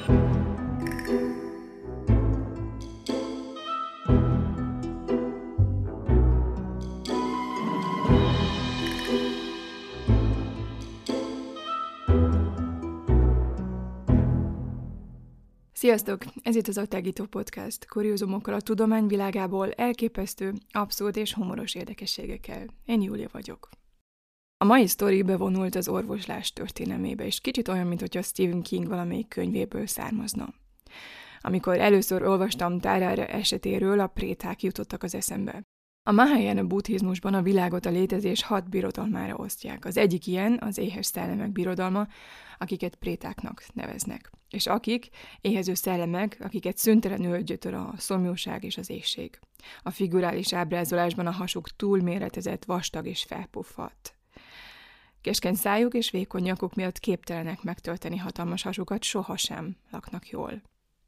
Sziasztok! Ez itt az Atágító Podcast, kuriózumokkal a tudomány világából, elképesztő, abszurd és humoros érdekességekkel. Én Júlia vagyok. A mai sztori bevonult az orvoslás történelmébe, és kicsit olyan, mintha Stephen King valamelyik könyvéből származna. Amikor először olvastam Tarare esetéről, a préták jutottak az eszembe. A Mahayana buddhizmusban a világot a létezés 6 birodalmára osztják. Az egyik ilyen az éhes szellemek birodalma, akiket prétáknak neveznek. És akik éhező szellemek, akiket szüntelenül gyötör a szomjúság és az éhség. A figurális ábrázolásban a hasuk túlméretezett, vastag és felpuffadt. Keskeny szájuk és vékony nyakuk miatt képtelenek megtölteni hatalmas hasukat, sohasem laknak jól.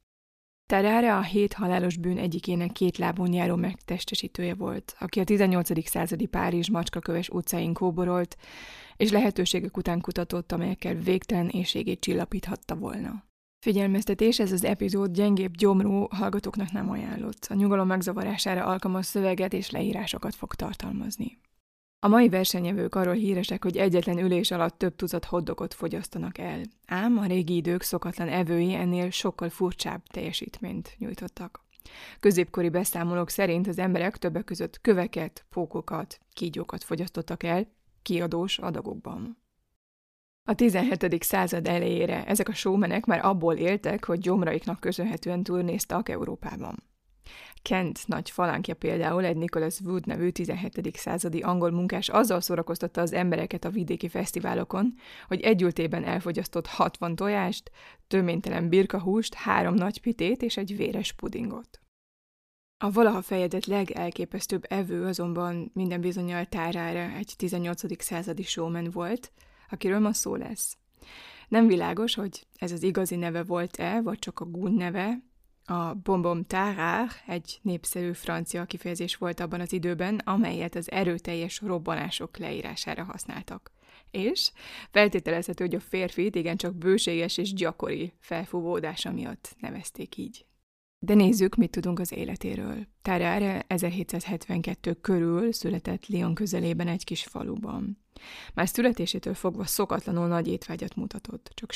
Tarare a 7 halálos bűn egyikének 2 lábon járó megtestesítője volt, aki a 18. századi Párizs macskaköves utcáin kóborolt, és lehetőségek után kutatott, amelyekkel végtelen éhségét csillapíthatta volna. Figyelmeztetés, ez az epizód gyengébb gyomrú hallgatóknak nem ajánlott. A nyugalom megzavarására alkalmas szöveget és leírásokat fog tartalmazni. A mai versenyevők arról híresek, hogy egyetlen ülés alatt több tucat hotdogot fogyasztanak el. Ám a régi idők szokatlan evői ennél sokkal furcsább teljesítményt nyújtottak. Középkori beszámolók szerint az emberek többek között köveket, pókokat, kígyókat fogyasztottak el kiadós adagokban. A 17. század elejére ezek a showmenek már abból éltek, hogy gyomraiknak köszönhetően turnéztak Európában. Kent nagy falánkja például, egy Nicholas Wood nevű 17. századi angol munkás azzal szórakoztatta az embereket a vidéki fesztiválokon, hogy egy ültében elfogyasztott 60 tojást, töménytelen birkahúst, 3 nagy pitét és egy véres pudingot. A valaha fejedett legelképesztőbb evő azonban minden bizonnyal Tarare, egy 18. századi showman volt, akiről ma szó lesz. Nem világos, hogy ez az igazi neve volt-e, vagy csak a gúny neve. A bonbon tarare egy népszerű francia kifejezés volt abban az időben, amelyet az erőteljes robbanások leírására használtak. És feltételezhető, hogy a férfit igencsak bőséges és gyakori felfúvódása miatt nevezték így. De nézzük, mit tudunk az életéről. Tarare 1772 körül született Lyon közelében egy kis faluban. Már születésétől fogva szokatlanul nagy étvágyat mutatott. Csak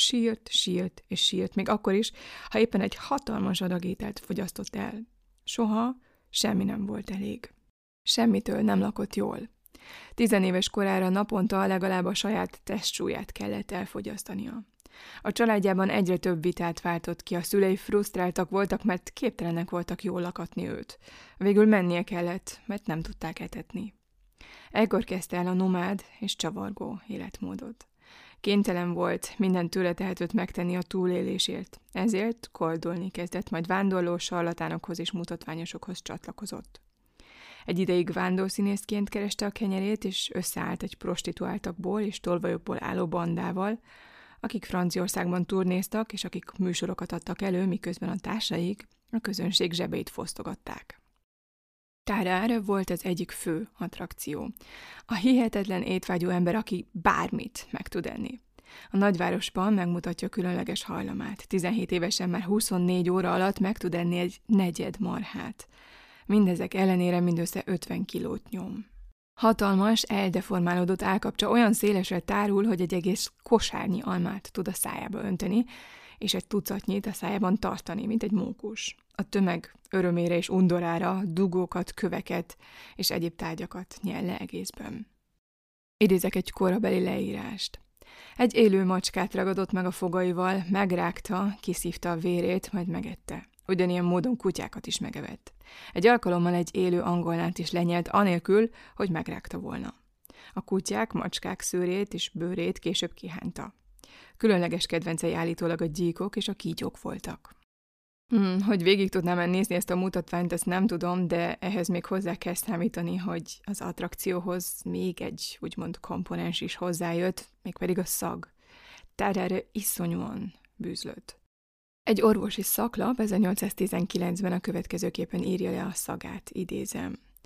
sírt, még akkor is, ha éppen egy hatalmas adag ételt fogyasztott el. Soha semmi nem volt elég. Semmitől nem lakott jól. 10 éves korára naponta legalább a saját testsúlyát kellett elfogyasztania. A családjában egyre több vitát váltott ki, a szülei frusztráltak voltak, mert képtelenek voltak jól lakatni őt. Végül mennie kellett, mert nem tudták etetni. Ekkor kezdte el a nomád és csavargó életmódot. Kénytelen volt minden tőle tehetőt megtenni a túlélésért, ezért koldulni kezdett, majd vándorló sarlatánokhoz és mutatványosokhoz csatlakozott. Egy ideig vándorszínészként kereste a kenyerét, és összeállt egy prostituáltakból és tolvajokból álló bandával, akik Franciaországban turnéztak, és akik műsorokat adtak elő, miközben a társaik a közönség zsebeit fosztogatták. Tarare volt az egyik fő attrakció. A hihetetlen étvágyú ember, aki bármit meg tud enni. A nagyvárosban megmutatja különleges hajlamát. 17 évesen már 24 óra alatt meg tud enni egy negyed marhát. Mindezek ellenére mindössze 50 kilót nyom. Hatalmas, eldeformálódott állkapcsa olyan szélesre tárul, hogy egy egész kosárnyi almát tud a szájába önteni, és egy tucatnyit a szájában tartani, mint egy mókus. A tömeg örömére és undorára dugókat, köveket és egyéb tárgyakat nyel le egészben. Idézek egy korabeli leírást. Egy élő macskát ragadott meg a fogaival, megrágta, kiszívta a vérét, majd megette. Ugyanilyen módon kutyákat is megevett. Egy alkalommal egy élő angolnát is lenyelt, anélkül, hogy megrágta volna. A kutyák, macskák szőrét és bőrét később kihányta. Különleges kedvencei állítólag a gyíkok és a kígyók voltak. Hogy végig tudnám nézni ezt a mutatványt, azt nem tudom, de ehhez még hozzá kell számítani, hogy az attrakcióhoz még egy úgymond komponens is hozzájött, mégpedig a szag. Tarare iszonyúan bűzlött. Egy orvosi szaklap 1819-ben a következőképpen írja le a szagát, idézem.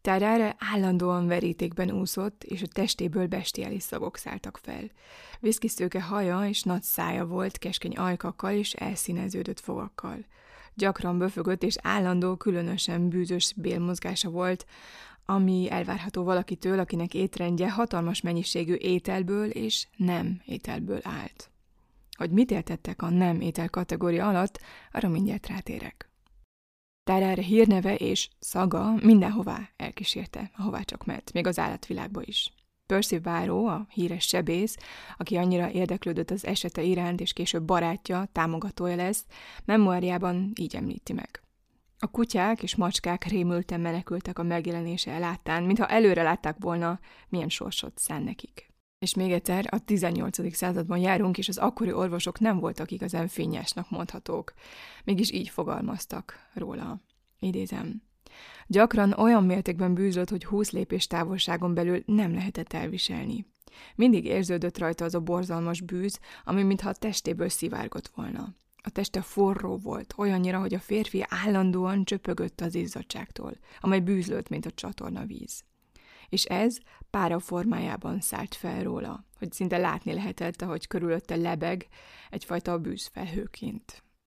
Tarare állandóan verítékben úszott, és a testéből bestiális szagok szálltak fel. Viszkiszőke haja és nagy szája volt, keskeny ajkakkal és elszíneződött fogakkal. Gyakran böfögött és állandó, különösen bűzös bélmozgása volt, ami elvárható valakitől, akinek étrendje hatalmas mennyiségű ételből és nem ételből állt. Hogy mit értettek a nem étel kategória alatt, arra mindjárt rátérek. Tarare hírneve és szaga mindenhová elkísérte, ahová csak ment, még az állatvilágba is. Percy Barrow, a híres sebész, aki annyira érdeklődött az esete iránt, és később barátja, támogatója lesz, memoárjában így említi meg. A kutyák és macskák rémülten menekültek a megjelenése láttán, mintha előre látták volna, milyen sorsot szán nekik. És még egyszer, a 18. században járunk, és az akkori orvosok nem voltak igazán fényesnek mondhatók. Mégis így fogalmaztak róla. Idézem. Gyakran olyan mértékben bűzlött, hogy 20 lépés távolságon belül nem lehetett elviselni. Mindig érződött rajta az a borzalmas bűz, ami mintha a testéből szivárgott volna. A teste forró volt, olyannyira, hogy a férfi állandóan csöpögött az izzadságtól, amely bűzlött, mint a csatornavíz. És ez pára formájában szállt fel róla, hogy szinte látni lehetett, ahogy körülötte lebeg, egyfajta bűzfelhőként.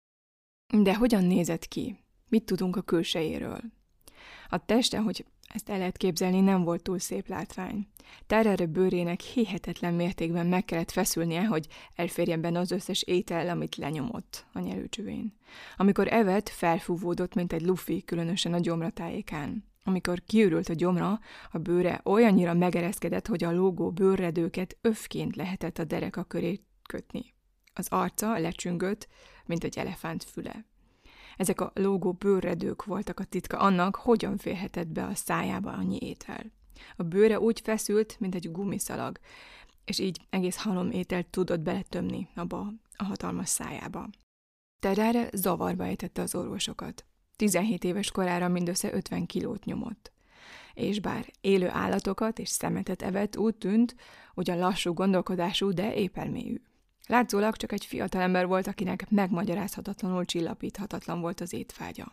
De hogyan nézett ki? Mit tudunk a külsejéről? A teste, hogy ezt el lehet képzelni, nem volt túl szép látvány. Tarare bőrének hihetetlen mértékben meg kellett feszülnie, hogy elférjen benne az összes étel, amit lenyomott a nyelőcsövén. Amikor evett, felfúvódott, mint egy lufi, különösen a gyomra tájékán. Amikor kiürült a gyomra, a bőre olyannyira megereszkedett, hogy a lógó bőrredőket övként lehetett a dereka köré kötni. Az arca lecsüngött, mint egy elefánt füle. Ezek a lógó bőrredők voltak a titka annak, hogyan férhetett be a szájába annyi étel. A bőre úgy feszült, mint egy gumiszalag, és így egész halom ételt tudott beletömni abba a hatalmas szájába. Tarare zavarba ejtette az orvosokat. 17 éves korára mindössze 50 kilót nyomott. És bár élő állatokat és szemetet evett, úgy tűnt, ugyan lassú gondolkodású, de épp elmélyű. Látszólag csak egy fiatalember volt, akinek megmagyarázhatatlanul csillapíthatatlan volt az étvágya.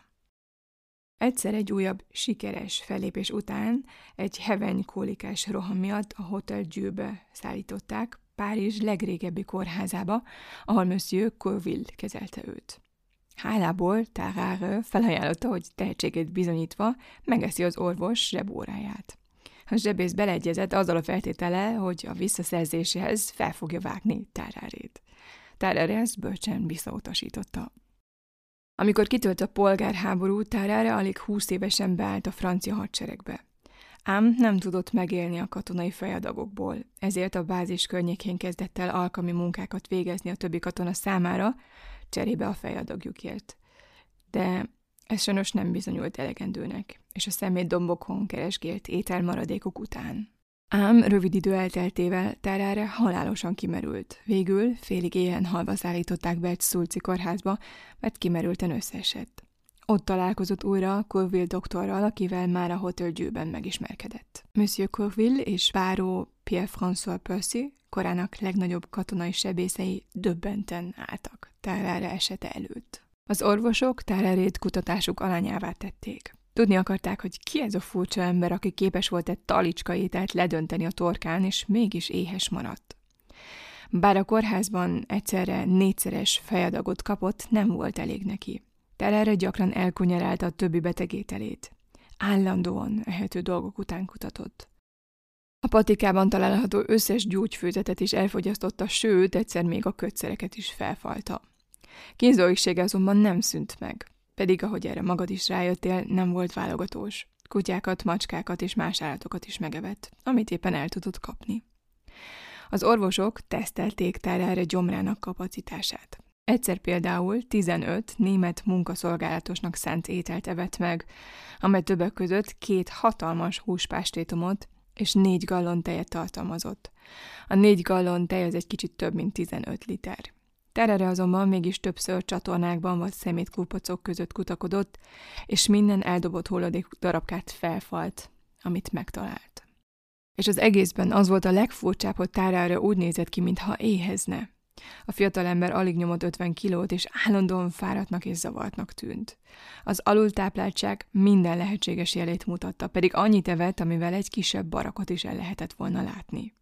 Egyszer egy újabb sikeres fellépés után egy hevenykólikás roham miatt a Hotel Dieube szállították, Párizs legrégebbi kórházába, ahol Monsieur Courville kezelte őt. Hálából Tarare felajánlotta, hogy tehetségét bizonyítva megeszi az orvos zsebóráját. A zsebész beleegyezett azzal a feltétele, hogy a visszaszerzéséhez fel fogja vágni Tararét. Tarare ezt bölcsen visszautasította. Amikor kitölt a polgárháború, Tarare alig 20 évesen beállt a francia hadseregbe. Ám nem tudott megélni a katonai fejadagokból, ezért a bázis környékén kezdett el alkalmi munkákat végezni a többi katona számára, cserébe a fejadagjukért. De ez sajnos nem bizonyult elegendőnek, és a szemétdombokon keresgélt ételmaradékok után. Ám rövid idő elteltével Tarare halálosan kimerült. Végül félig éhen halva szállították be egy szulci kórházba, mert kimerülten összeesett. Ott találkozott újra Courville doktorral, akivel már a Hotel Dieuben megismerkedett. Monsieur Courville és báró Pierre-François Percy, korának legnagyobb katonai sebészei döbbenten álltak Tarare esete előtt. Az orvosok Tararét kutatásuk alanyává tették. Tudni akarták, hogy ki ez a furcsa ember, aki képes volt egy talicska ételt ledönteni a torkán, és mégis éhes maradt. Bár a kórházban egyszerre 4-szeres fejadagot kapott, nem volt elég neki. Tarare gyakran elkunyerálta a többi beteg ételét. Állandóan ehető dolgok után kutatott. A patikában található összes gyógyfőzetet is elfogyasztotta, sőt, egyszer még a kötszereket is felfalta. Kínzóigsége azonban nem szűnt meg, pedig ahogy erre magad is rájöttél, nem volt válogatós. Kutyákat, macskákat és más állatokat is megevett, amit éppen el tudott kapni. Az orvosok tesztelték Tarare gyomrának kapacitását. Egyszer például 15 német munkaszolgálatosnak szánt ételt evett meg, amely többek között 2 hatalmas húspástétomot és 4 gallon tejet tartalmazott. A 4 gallon tej az egy kicsit több, mint 15 liter. Tarare azonban mégis többször csatornákban vagy szemétkúpocok között kutakodott, és minden eldobott hulladék darabkát felfalt, amit megtalált. És az egészben az volt a legfurcsább, hogy Tarare úgy nézett ki, mintha éhezne. A fiatalember alig nyomott 50 kilót, és állandóan fáradtnak és zavartnak tűnt. Az alultápláltság minden lehetséges jelét mutatta, pedig annyit evett, amivel egy kisebb barakot is el lehetett volna látni.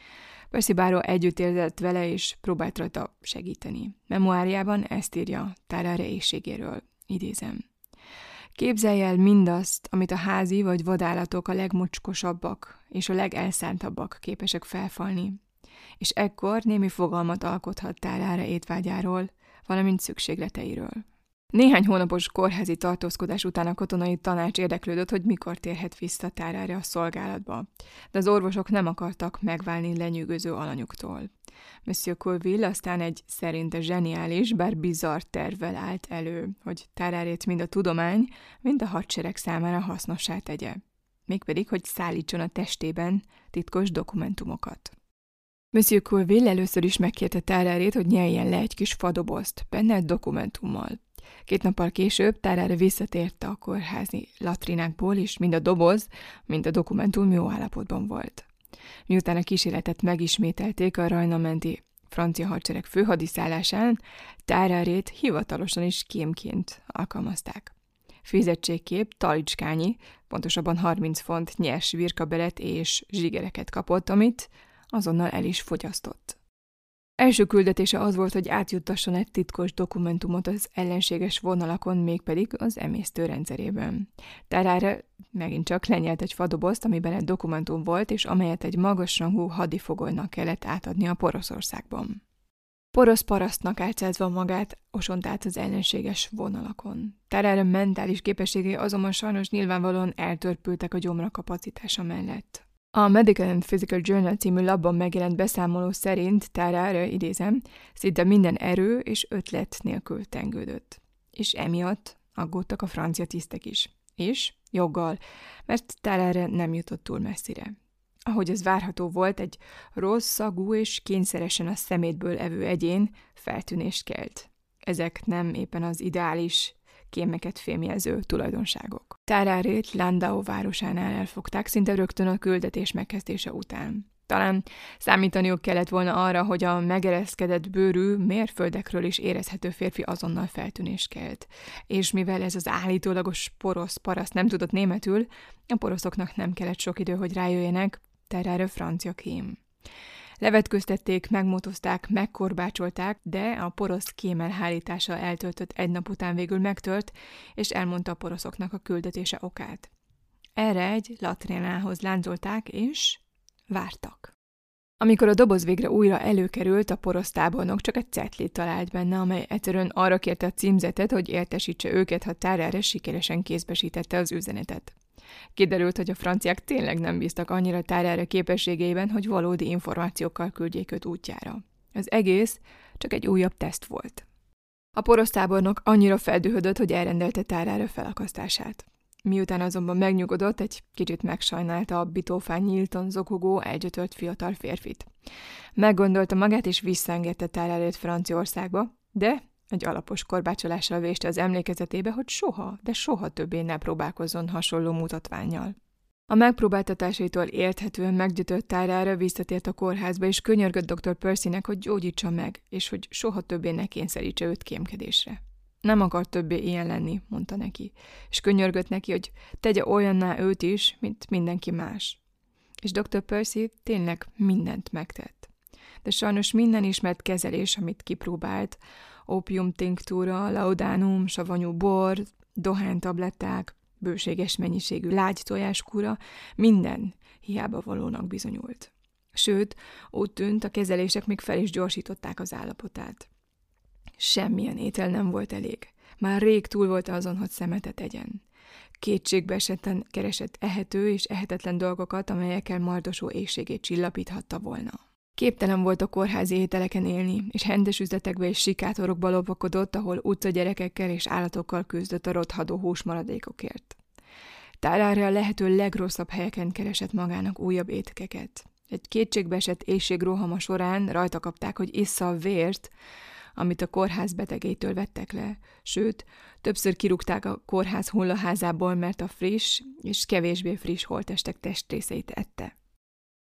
Percy Barrow együtt érzett vele, és próbált rajta segíteni. Memoárjában ezt írja Tárare éhségéről, idézem. Képzelj el mindazt, amit a házi vagy vadállatok a legmocskosabbak és a legelszántabbak képesek felfalni, és ekkor némi fogalmat alkothat Tárare étvágyáról, valamint szükségleteiről. Néhány hónapos kórházi tartózkodás után a katonai tanács érdeklődött, hogy mikor térhet vissza Tárare a szolgálatba, de az orvosok nem akartak megválni lenyűgöző alanyuktól. Monsieur Colville aztán egy szerinte zseniális, bár bizarr tervvel állt elő, hogy Tárárét mind a tudomány, mind a hadsereg számára hasznossá tegye. Mégpedig, hogy szállítson a testében titkos dokumentumokat. Monsieur Colville először is megkérte Tárárét, hogy nyeljen le egy kis fadobozt, benne egy dokumentummal. 2 nappal később Tárare visszatért a kórházi latrinákból, és mind a doboz, mind a dokumentum jó állapotban volt. Miután a kísérletet megismételték a Rajna-menti francia hadsereg főhadiszállásán, Tárárét hivatalosan is kémként alkalmazták. Fizetségképp talicskányi, pontosabban 30 font nyers virkabelet és zsigereket kapott, amit azonnal el is fogyasztott. Első küldetése az volt, hogy átjuttasson egy titkos dokumentumot az ellenséges vonalakon, mégpedig az emésztő rendszerében. Tárare megint csak lenyelt egy fadobozt, amiben egy dokumentum volt, és amelyet egy magasrangú hadifogolynak kellett átadni a Poroszországban. Porosz parasztnak álcázva magát osont át az ellenséges vonalakon. Tárare mentális képességei azonban sajnos nyilvánvalóan eltörpültek a gyomra kapacitása mellett. A Medical and Physical Journal című labban megjelent beszámoló szerint Tárare, idézem, szinte minden erő és ötlet nélkül tengődött. És emiatt aggódtak a francia tisztek is. És joggal, mert Tárare nem jutott túl messzire. Ahogy ez várható volt, egy rossz szagú és kényszeresen a szemétből evő egyén feltűnést kelt. Ezek nem éppen az ideális kémeket fémjelző tulajdonságok. Tárárét Landau városánál elfogták szinte rögtön a küldetés megkezdése után. Talán számítaniuk kellett volna arra, hogy a megereszkedett bőrű, mérföldekről is érezhető férfi azonnal feltűnést kelt. És mivel ez az állítólagos porosz paraszt nem tudott németül, a poroszoknak nem kellett sok idő, hogy rájöjjenek, Tárare francia kém. Levetköztették, megmotozták, megkorbácsolták, de a porosz kém elhárítása eltöltött 1 nap után végül megtört, és elmondta a poroszoknak a küldetése okát. Erre egy latrénához láncolták, és vártak. Amikor a doboz végre újra előkerült, a porosz tábornok csak egy cetlit talált benne, amely egyszerűen arra kérte a címzetet, hogy értesítse őket, ha Tárare sikeresen kézbesítette az üzenetet. Kiderült, hogy a franciák tényleg nem bíztak annyira Tárare képességeiben, hogy valódi információkkal küldjék őt útjára. Az egész csak egy újabb teszt volt. A porosz tábornok annyira feldühödött, hogy elrendelte Tárare felakasztását. Miután azonban megnyugodott, egy kicsit megsajnálta a bitófán nyíltan zokogó, elgyötört fiatal férfit. Meggondolta magát, és visszaengedte Tárárét Franciaországba, de egy alapos korbácsolással véste az emlékezetébe, hogy soha, de soha többé ne próbálkozzon hasonló mutatvánnyal. A megpróbáltatásaitól érthetően meggyötört Tárare visszatért a kórházba, és könyörgött dr. Percynek, hogy gyógyítsa meg, és hogy soha többé ne kényszerítse őt kémkedésre. Nem akar többé ilyen lenni, mondta neki, és könyörgött neki, hogy tegye olyanná őt is, mint mindenki más. És dr. Percy tényleg mindent megtett. De sajnos minden ismert kezelés, amit kipróbált, ópiumtinktúra, laudánum, savanyú bor, dohánytabletták, bőséges mennyiségű lágytojáskúra, minden hiába valónak bizonyult. Sőt, úgy tűnt, a kezelések még fel is gyorsították az állapotát. Semmilyen étel nem volt elég. Már rég túl volt azon, hogy szemetet egyen. Kétségbe esetten keresett ehető és ehetetlen dolgokat, amelyekkel mardosó éhségét csillapíthatta volna. Képtelen volt a kórházi ételeken élni, és hendes üzletekbe és sikátorokba lopakodott, ahol utcagyerekekkel és állatokkal küzdött a rothadó húsmaradékokért. Tárare a lehető legrosszabb helyeken keresett magának újabb étkeket. Egy kétségbeesett éhségrohama során rajta kapták, hogy issza a vért, amit a kórház betegétől vettek le, sőt, többször kirúgták a kórház hullaházából, mert a friss és kevésbé friss holttestek testrészeit ette.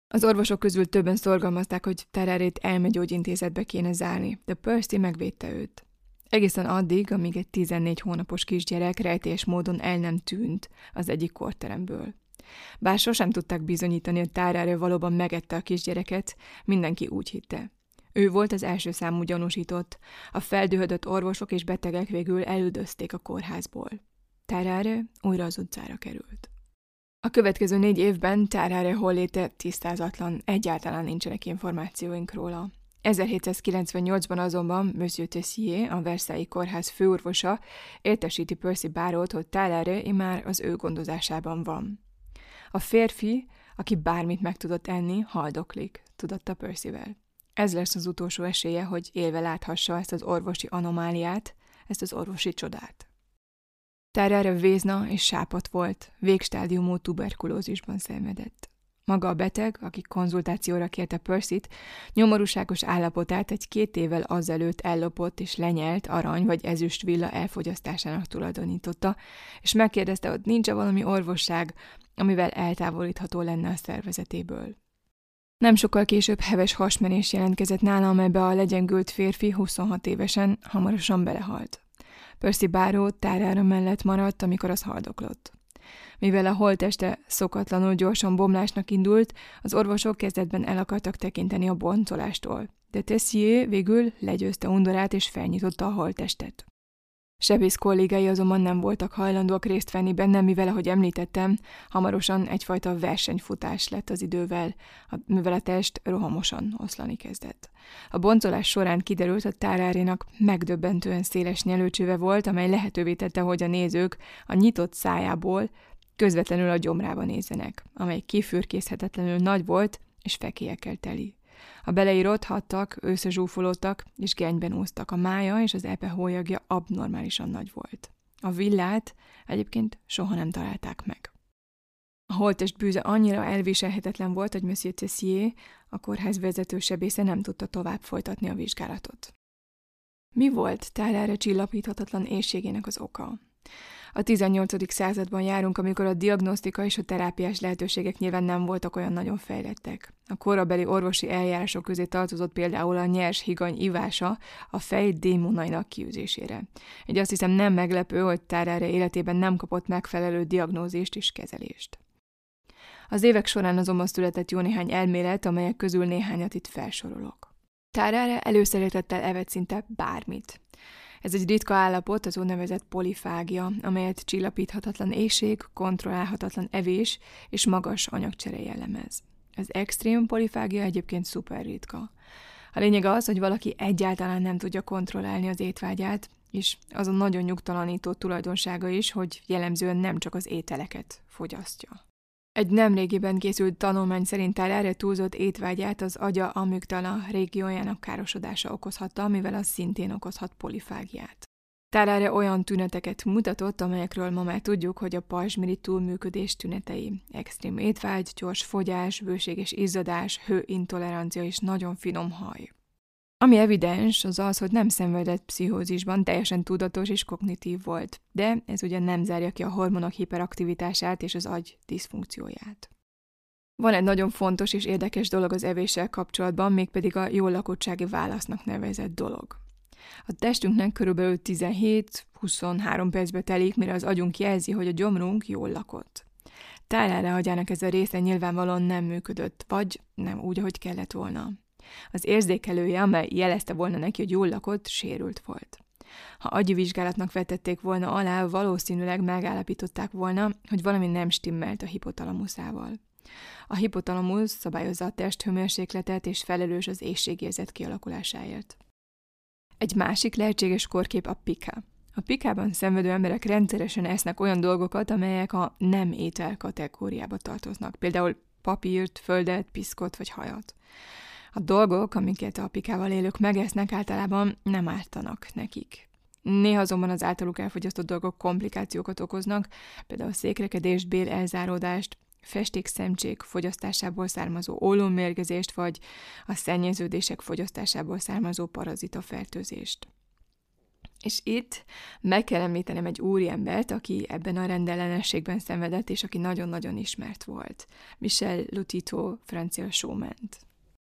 Az orvosok közül többen szorgalmazták, hogy Tararét elmegyógyintézetbe kéne zárni, de Percy megvédte őt. Egészen addig, amíg egy 14 hónapos kisgyerek rejtélyes módon el nem tűnt az egyik kórteremből. Bár sosem tudták bizonyítani, hogy Tarare valóban megette a kisgyereket, mindenki úgy hitte. Ő volt az első számú gyanúsított, a feldühödött orvosok és betegek végül elüldözték a kórházból. Tarare újra az utcára került. A következő 4 évben Tarare holléte tisztázatlan, egyáltalán nincsenek információink róla. 1798-ban azonban Monsieur Tessier, a Versailles kórház főorvosa értesíti Percy Barrowt, hogy Tarare immár az ő gondozásában van. A férfi, aki bármit meg tudott enni, haldoklik, tudatta Percyvel. Ez lesz az utolsó esélye, hogy élve láthassa ezt az orvosi anomáliát, ezt az orvosi csodát. Tarare vézna és sápadt volt, végstádiumú tuberkulózisban szenvedett. Maga a beteg, aki konzultációra kérte Percyt, nyomorúságos állapotát egy 2 évvel azelőtt ellopott és lenyelt arany vagy ezüst villa elfogyasztásának tulajdonította, és megkérdezte, hogy nincs-e valami orvosság, amivel eltávolítható lenne a szervezetéből. Nem sokkal később heves hasmenés jelentkezett nála, amelybe a legyengült férfi 26 évesen hamarosan belehalt. Percy Barrow Tarare mellett maradt, amikor az haldoklott. Mivel a holtteste szokatlanul gyorsan bomlásnak indult, az orvosok kezdetben el akartak tekinteni a boncolástól, de Tessier végül legyőzte undorát és felnyitotta a holttestet. Sebész kollégái azonban nem voltak hajlandóak részt venni benne, mivel, ahogy említettem, hamarosan egyfajta versenyfutás lett az idővel, mivel a test rohamosan oszlani kezdett. A boncolás során kiderült, hogy Tararénak megdöbbentően széles nyelőcsöve volt, amely lehetővé tette, hogy a nézők a nyitott szájából közvetlenül a gyomrába nézzenek, amely kifürkészhetetlenül nagy volt és fekélyekkel teli. A belei rothattak, összezsúfolódtak és gennyben úsztak, a mája és az epe hólyagja abnormálisan nagy volt. A villát egyébként soha nem találták meg. A holttest bűze annyira elviselhetetlen volt, hogy Monsieur Tessier, a kórház vezető sebésze nem tudta tovább folytatni a vizsgálatot. Mi volt Tarare csillapíthatatlan éhségének az oka? A 18. században járunk, amikor a diagnosztika és a terápiás lehetőségek nyilván nem voltak olyan nagyon fejlettek. A korabeli orvosi eljárások közé tartozott például a nyers higany ivása a fej démonainak kiűzésére. Így azt hiszem nem meglepő, hogy Tarare életében nem kapott megfelelő diagnózist és kezelést. Az évek során azonban született jó néhány elmélet, amelyek közül néhányat itt felsorolok. Tarare előszeretettel evett szinte bármit. Ez egy ritka állapot, az úgynevezett polifágia, amelyet csillapíthatatlan éhség, kontrollálhatatlan evés és magas anyagcsere jellemez. Az extrém polifágia egyébként szuper ritka. A lényeg az, hogy valaki egyáltalán nem tudja kontrollálni az étvágyát, és az a nagyon nyugtalanító tulajdonsága is, hogy jellemzően nem csak az ételeket fogyasztja. Egy nemrégiben készült tanulmány szerint Tarare túlzott étvágyát az agya amügdala régiójának károsodása okozhatta, mivel az szintén okozhat polifágiát. Tarare olyan tüneteket mutatott, amelyekről ma már tudjuk, hogy a pajzsmirigy túlműködés tünetei. Extrém étvágy, gyors fogyás, bőséges izzadás, hőintolerancia és nagyon finom haj. Ami evidens, az az, hogy nem szenvedett pszichózisban, teljesen tudatos és kognitív volt, de ez ugye nem zárja ki a hormonok hiperaktivitását és az agy diszfunkcióját. Van egy nagyon fontos és érdekes dolog az evéssel kapcsolatban, mégpedig a jól lakottsági válasznak nevezett dolog. A testünknek körülbelül 17-23 percbe telik, mire az agyunk jelzi, hogy a gyomrunk jól lakott. Tarare agyának ez a része nyilvánvalóan nem működött, vagy nem úgy, ahogy kellett volna. Az érzékelője, amely jelezte volna neki, hogy jól lakott, sérült volt. Ha agyi vizsgálatnak vetették volna alá, valószínűleg megállapították volna, hogy valami nem stimmelt a hipotalamuszával. A hipotalamusz szabályozza a testhőmérsékletet és felelős az éhségérzet kialakulásáért. Egy másik lehetséges kórkép a pika. A pikában szenvedő emberek rendszeresen esznek olyan dolgokat, amelyek a nem étel kategóriába tartoznak, például papírt, földet, piszkot vagy hajat. A dolgok, amiket a pikával élők megesznek, általában nem ártanak nekik. Néha azonban az általuk elfogyasztott dolgok komplikációkat okoznak, például székrekedést, bélelzáródást, festékszemcsék fogyasztásából származó ólommérgezést, vagy a szennyeződések fogyasztásából származó parazitafertőzést. És itt meg kell említenem egy úriembert, aki ebben a rendellenességben szenvedett, és aki nagyon-nagyon ismert volt. Michel Lotito, francia showment.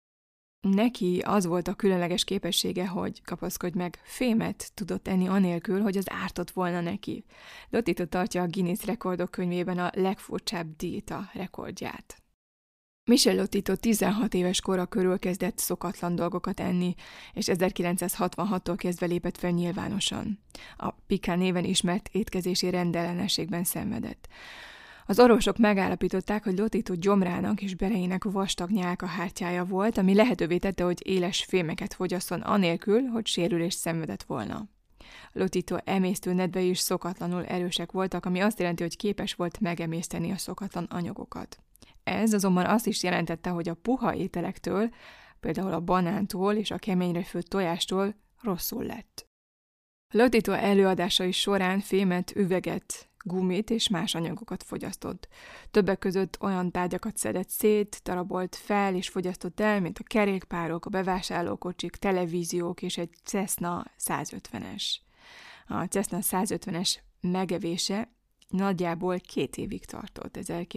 Neki az volt a különleges képessége, hogy kapaszkodj meg, fémet tudott enni anélkül, hogy az ártott volna neki. Lotito tartja a Guinness rekordok könyvében a legfurcsább diéta rekordját. Michel Lotito 16 éves kora körül kezdett szokatlan dolgokat enni, és 1966-tól kezdve lépett fel nyilvánosan. A Picard néven ismert étkezési rendellenességben szenvedett. Az orvosok megállapították, hogy Lotito gyomrának és beleinek vastag nyálkahártyája volt, ami lehetővé tette, hogy éles fémeket fogyasszon anélkül, hogy sérülést szenvedett volna. Lotito emésztő nedvei is szokatlanul erősek voltak, ami azt jelenti, hogy képes volt megemészteni a szokatlan anyagokat. Ez azonban azt is jelentette, hogy a puha ételektől, például a banántól és a keményre főtt tojástól rosszul lett. Lotito előadásai során fémet, üveget, gumit és más anyagokat fogyasztott. Többek között olyan tárgyakat szedett szét, darabolt fel és fogyasztott el, mint a kerékpárok, a bevásárlókocsik, televíziók és egy Cessna 150-es. A Cessna 150-es megevése nagyjából 2 évig tartott,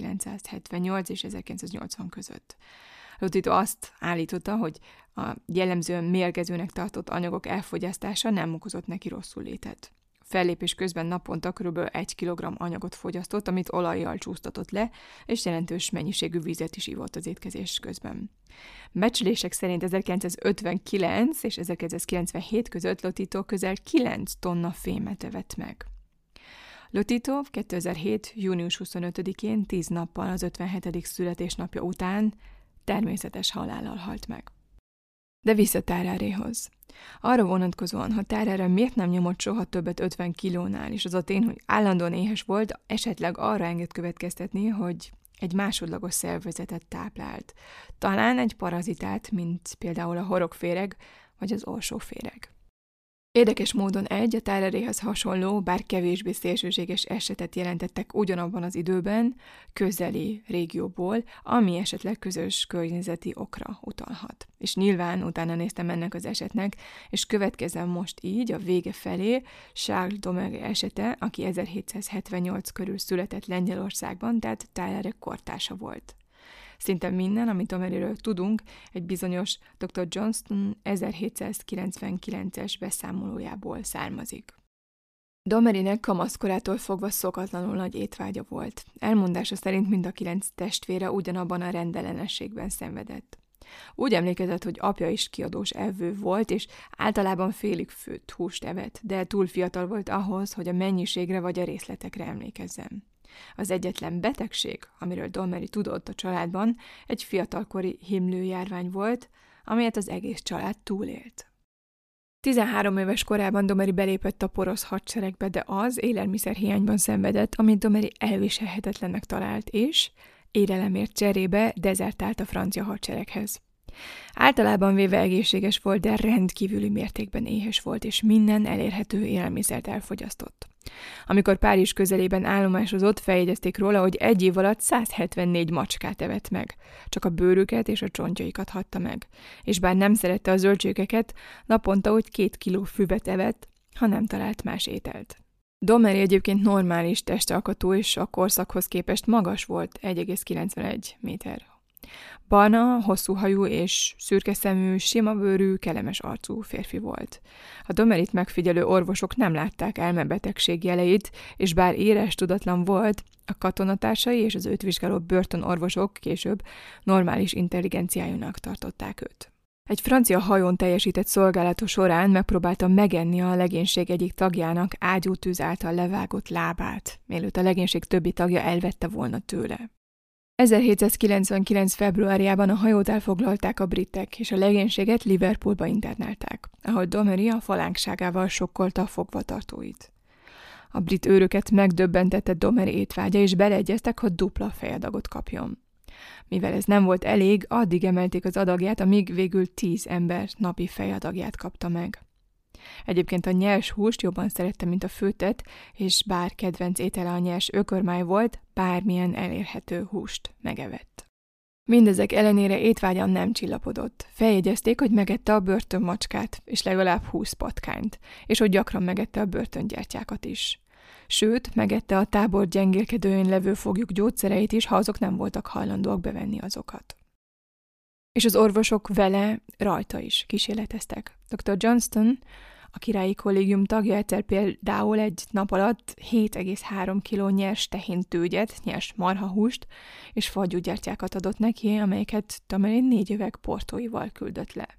1978 és 1980 között. Lotito azt állította, hogy a jellemzően mérgezőnek tartott anyagok elfogyasztása nem okozott neki rosszullétet. Fellépés közben naponta kb. 1 kg anyagot fogyasztott, amit olajjal csúsztatott le, és jelentős mennyiségű vizet is ivott az étkezés közben. Becslések szerint 1959 és 1997 között Lotito közel 9 tonna fémet evett meg. Lotito 2007. június 25-én 10 nappal az 57. születésnapja után természetes halállal halt meg. De vissza Tararéhoz. Arra vonatkozóan, ha Tarare miért nem nyomott soha többet 50 kilónál, és az a tény, hogy állandóan éhes volt, esetleg arra enged következtetni, hogy egy másodlagos szervezetet táplált. Talán egy parazitát, mint például a horogféreg vagy az orsóféreg. Érdekes módon a Tararéhez hasonló, bár kevésbé szélsőséges esetet jelentettek ugyanabban az időben, közeli régióból, ami esetleg közös környezeti okra utalhat. És nyilván utána néztem ennek az esetnek, és következem most így a vége felé Charles Domergue esete, aki 1778 körül született Lengyelországban, tehát Tarare kortársa volt. Szinte minden, amit Domergue-ről tudunk, egy bizonyos Dr. Johnston 1799-es beszámolójából származik. Domergue-nek kamaszkorától fogva szokatlanul nagy étvágya volt. Elmondása szerint mind a 9 testvére ugyanabban a rendellenességben szenvedett. Úgy emlékezett, hogy apja is kiadós evő volt, és általában félig főtt húst evett, de túl fiatal volt ahhoz, hogy a mennyiségre vagy a részletekre emlékezzen. Az egyetlen betegség, amiről Domergue tudott a családban, egy fiatalkori himlőjárvány volt, amelyet az egész család túlélt. 13 éves korában Domergue belépett a porosz hadseregbe, de az élelmiszerhiányban szenvedett, amit Domergue elviselhetetlennek talált, és érelemért cserébe dezertált a francia hadsereghez. Általában véve egészséges volt, de rendkívüli mértékben éhes volt, és minden elérhető élelmiszert elfogyasztott. Amikor Párizs közelében állomásozott, feljegyezték róla, hogy 1 év alatt 174 macskát evett meg. Csak a bőrüket és a csontjaikat hagyta meg. És bár nem szerette a zöldségeket, naponta úgy 2 kiló füvet evett, ha nem talált más ételt. Domergue egyébként normális testalkatú, és a korszakhoz képest magas volt, 1,91 méter. Barna, hosszú hajú és szürke szemű, sima bőrű, kellemes arcú férfi volt. A Domergue-t megfigyelő orvosok nem látták elmebetegség jeleit, és bár éres tudatlan volt, a katonatársai és az őt vizsgáló börtönorvosok később normális intelligenciájúnak tartották őt. Egy francia hajón teljesített szolgálata során megpróbálta megenni a legénység egyik tagjának ágyútűz által levágott lábát, mielőtt a legénység többi tagja elvette volna tőle. 1799. februárjában a hajót elfoglalták a britek, és a legénységet Liverpoolba internálták, ahol Domergue a falánkságával sokkolta a fogvatartóit. A brit őröket megdöbbentette Domergue étvágya, és beleegyeztek, hogy dupla fejadagot kapjon. Mivel ez nem volt elég, addig emelték az adagját, amíg végül 10 ember napi fejadagját kapta meg. Egyébként a nyers húst jobban szerette, mint a főttet, és bár kedvenc étele a nyers ökörmáj volt, bármilyen elérhető húst megevett. Mindezek ellenére étvágyan nem csillapodott. Feljegyezték, hogy megette a börtönmacskát, és legalább 20 patkányt, és hogy gyakran megette a börtöngyertyákat is. Sőt, megette a tábor gyengélkedőjén levő foglyok gyógyszereit is, ha azok nem voltak hajlandóak bevenni azokat. És az orvosok vele, rajta is kísérleteztek. Dr. Johnston, a királyi kollégium tagja, egyszer például egy nap alatt 7,3 kg nyers tehéntőgyet, nyers marhahúst és fagyúgyertyákat adott neki, amelyeket Tomery 4 üveg portóival küldött le.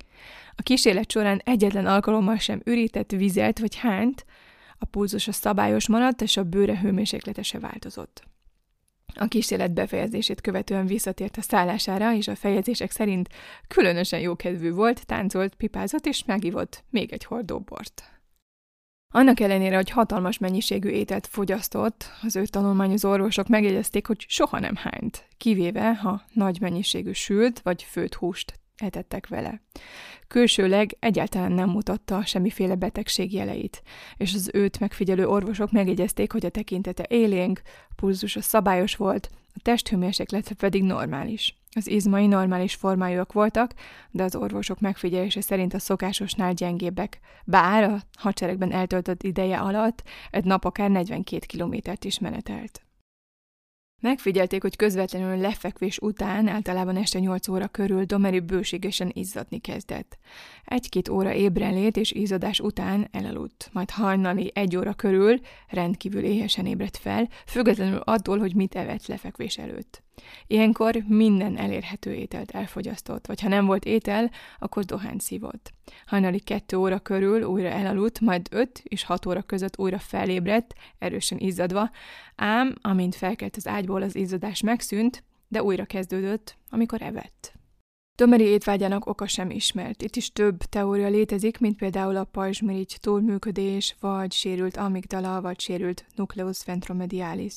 A kísérlet során egyetlen alkalommal sem ürített vizet vagy hányt, a pulzusa szabályos maradt, és a bőre hőmérséklete se változott. A kísérlet befejezését követően visszatért a szállására, és a feljegyzések szerint különösen jókedvű volt, táncolt, pipázott és megivott még egy hordó bort. Annak ellenére, hogy hatalmas mennyiségű ételt fogyasztott, az ő tanulmányozó orvosok megjegyezték, hogy soha nem hányt, kivéve, ha nagy mennyiségű sült vagy főtt húst etettek vele. Külsőleg egyáltalán nem mutatta semmiféle betegség jeleit, és az őt megfigyelő orvosok megjegyezték, hogy a tekintete élénk, pulzusa szabályos volt, a testhőmérséklete pedig normális. Az izmai normális formájúak voltak, de az orvosok megfigyelése szerint a szokásosnál gyengébbek, bár a hadseregben eltöltött ideje alatt egy nap akár 42 kilométert is menetelt. Megfigyelték, hogy közvetlenül lefekvés után, általában este 8 óra körül Tomery bőségesen izzadni kezdett. 1-2 óra ébrenlét és izzadás után elaludt, majd hajnali 1 óra körül rendkívül éhesen ébredt fel, függetlenül attól, hogy mit evett lefekvés előtt. Ilyenkor minden elérhető ételt elfogyasztott, vagy ha nem volt étel, akkor dohányt szívott. Hajnali 2 óra körül újra elaludt, majd 5 és 6 óra között újra felébredt, erősen izzadva, ám amint felkelt az ágyból, az izzadás megszűnt, de újra kezdődött, amikor evett. Tomery étvágyának oka sem ismert. Itt is több teória létezik, mint például a pajzsmirigy túlműködés, vagy sérült amigdala, vagy sérült nucleus ventromedialis.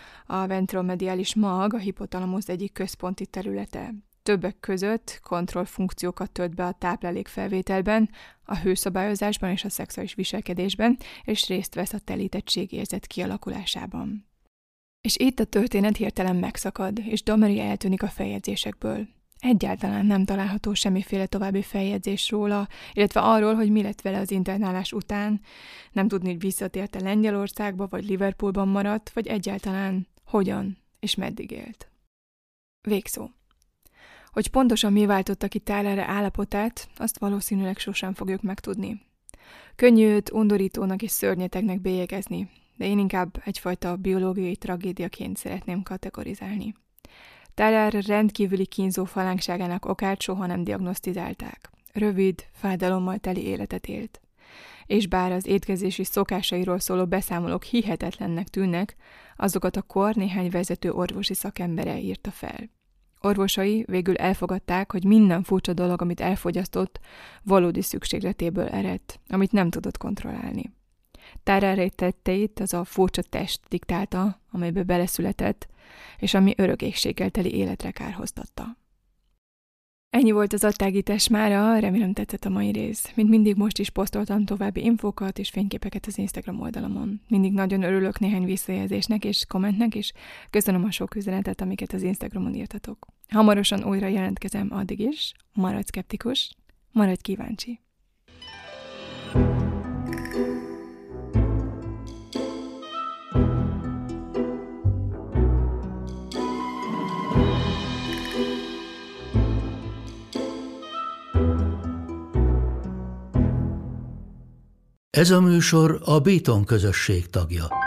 A ventromediális mag a hipotalamusz egyik központi területe. Többek között kontrollfunkciókat tölt be a táplálékfelvételben, a hőszabályozásban és a szexuális viselkedésben, és részt vesz a telítettségérzet kialakulásában. És itt a történet hirtelen megszakad, és Tomery eltűnik a feljegyzésekből. Egyáltalán nem található semmiféle további feljegyzés róla, illetve arról, hogy mi lett vele az internálás után, nem tudni, hogy visszatért-e Lengyelországba, vagy Liverpoolban maradt, vagy egyáltalán hogyan és meddig élt. Végszó. Hogy pontosan mi váltotta ki Tyler állapotát, azt valószínűleg sosem fogjuk megtudni. Könnyű őt undorítónak és szörnyetegnek bélyegezni, de én inkább egyfajta biológiai tragédiaként szeretném kategorizálni. Tyler rendkívüli kínzó falánkságának okát soha nem diagnosztizálták. Rövid, fájdalommal teli életet élt. És bár az étkezési szokásairól szóló beszámolók hihetetlennek tűnnek, azokat a kor néhány vezető orvosi szakembere írta fel. Orvosai végül elfogadták, hogy minden furcsa dolog, amit elfogyasztott, valódi szükségletéből eredt, amit nem tudott kontrollálni. Tyler tetteit az a furcsa test diktálta, amelybe beleszületett, és ami örökségséggel teli életre kárhoztatta. Ennyi volt az adtágítás mára, remélem tetszett a mai rész. Mint mindig most is posztoltam további infókat és fényképeket az Instagram oldalamon. Mindig nagyon örülök néhány visszajelzésnek és kommentnek, és köszönöm a sok üzenetet, amiket az Instagramon írtatok. Hamarosan újra jelentkezem, addig is. Maradj szkeptikus, maradj kíváncsi. Ez a műsor a Béton közösség tagja.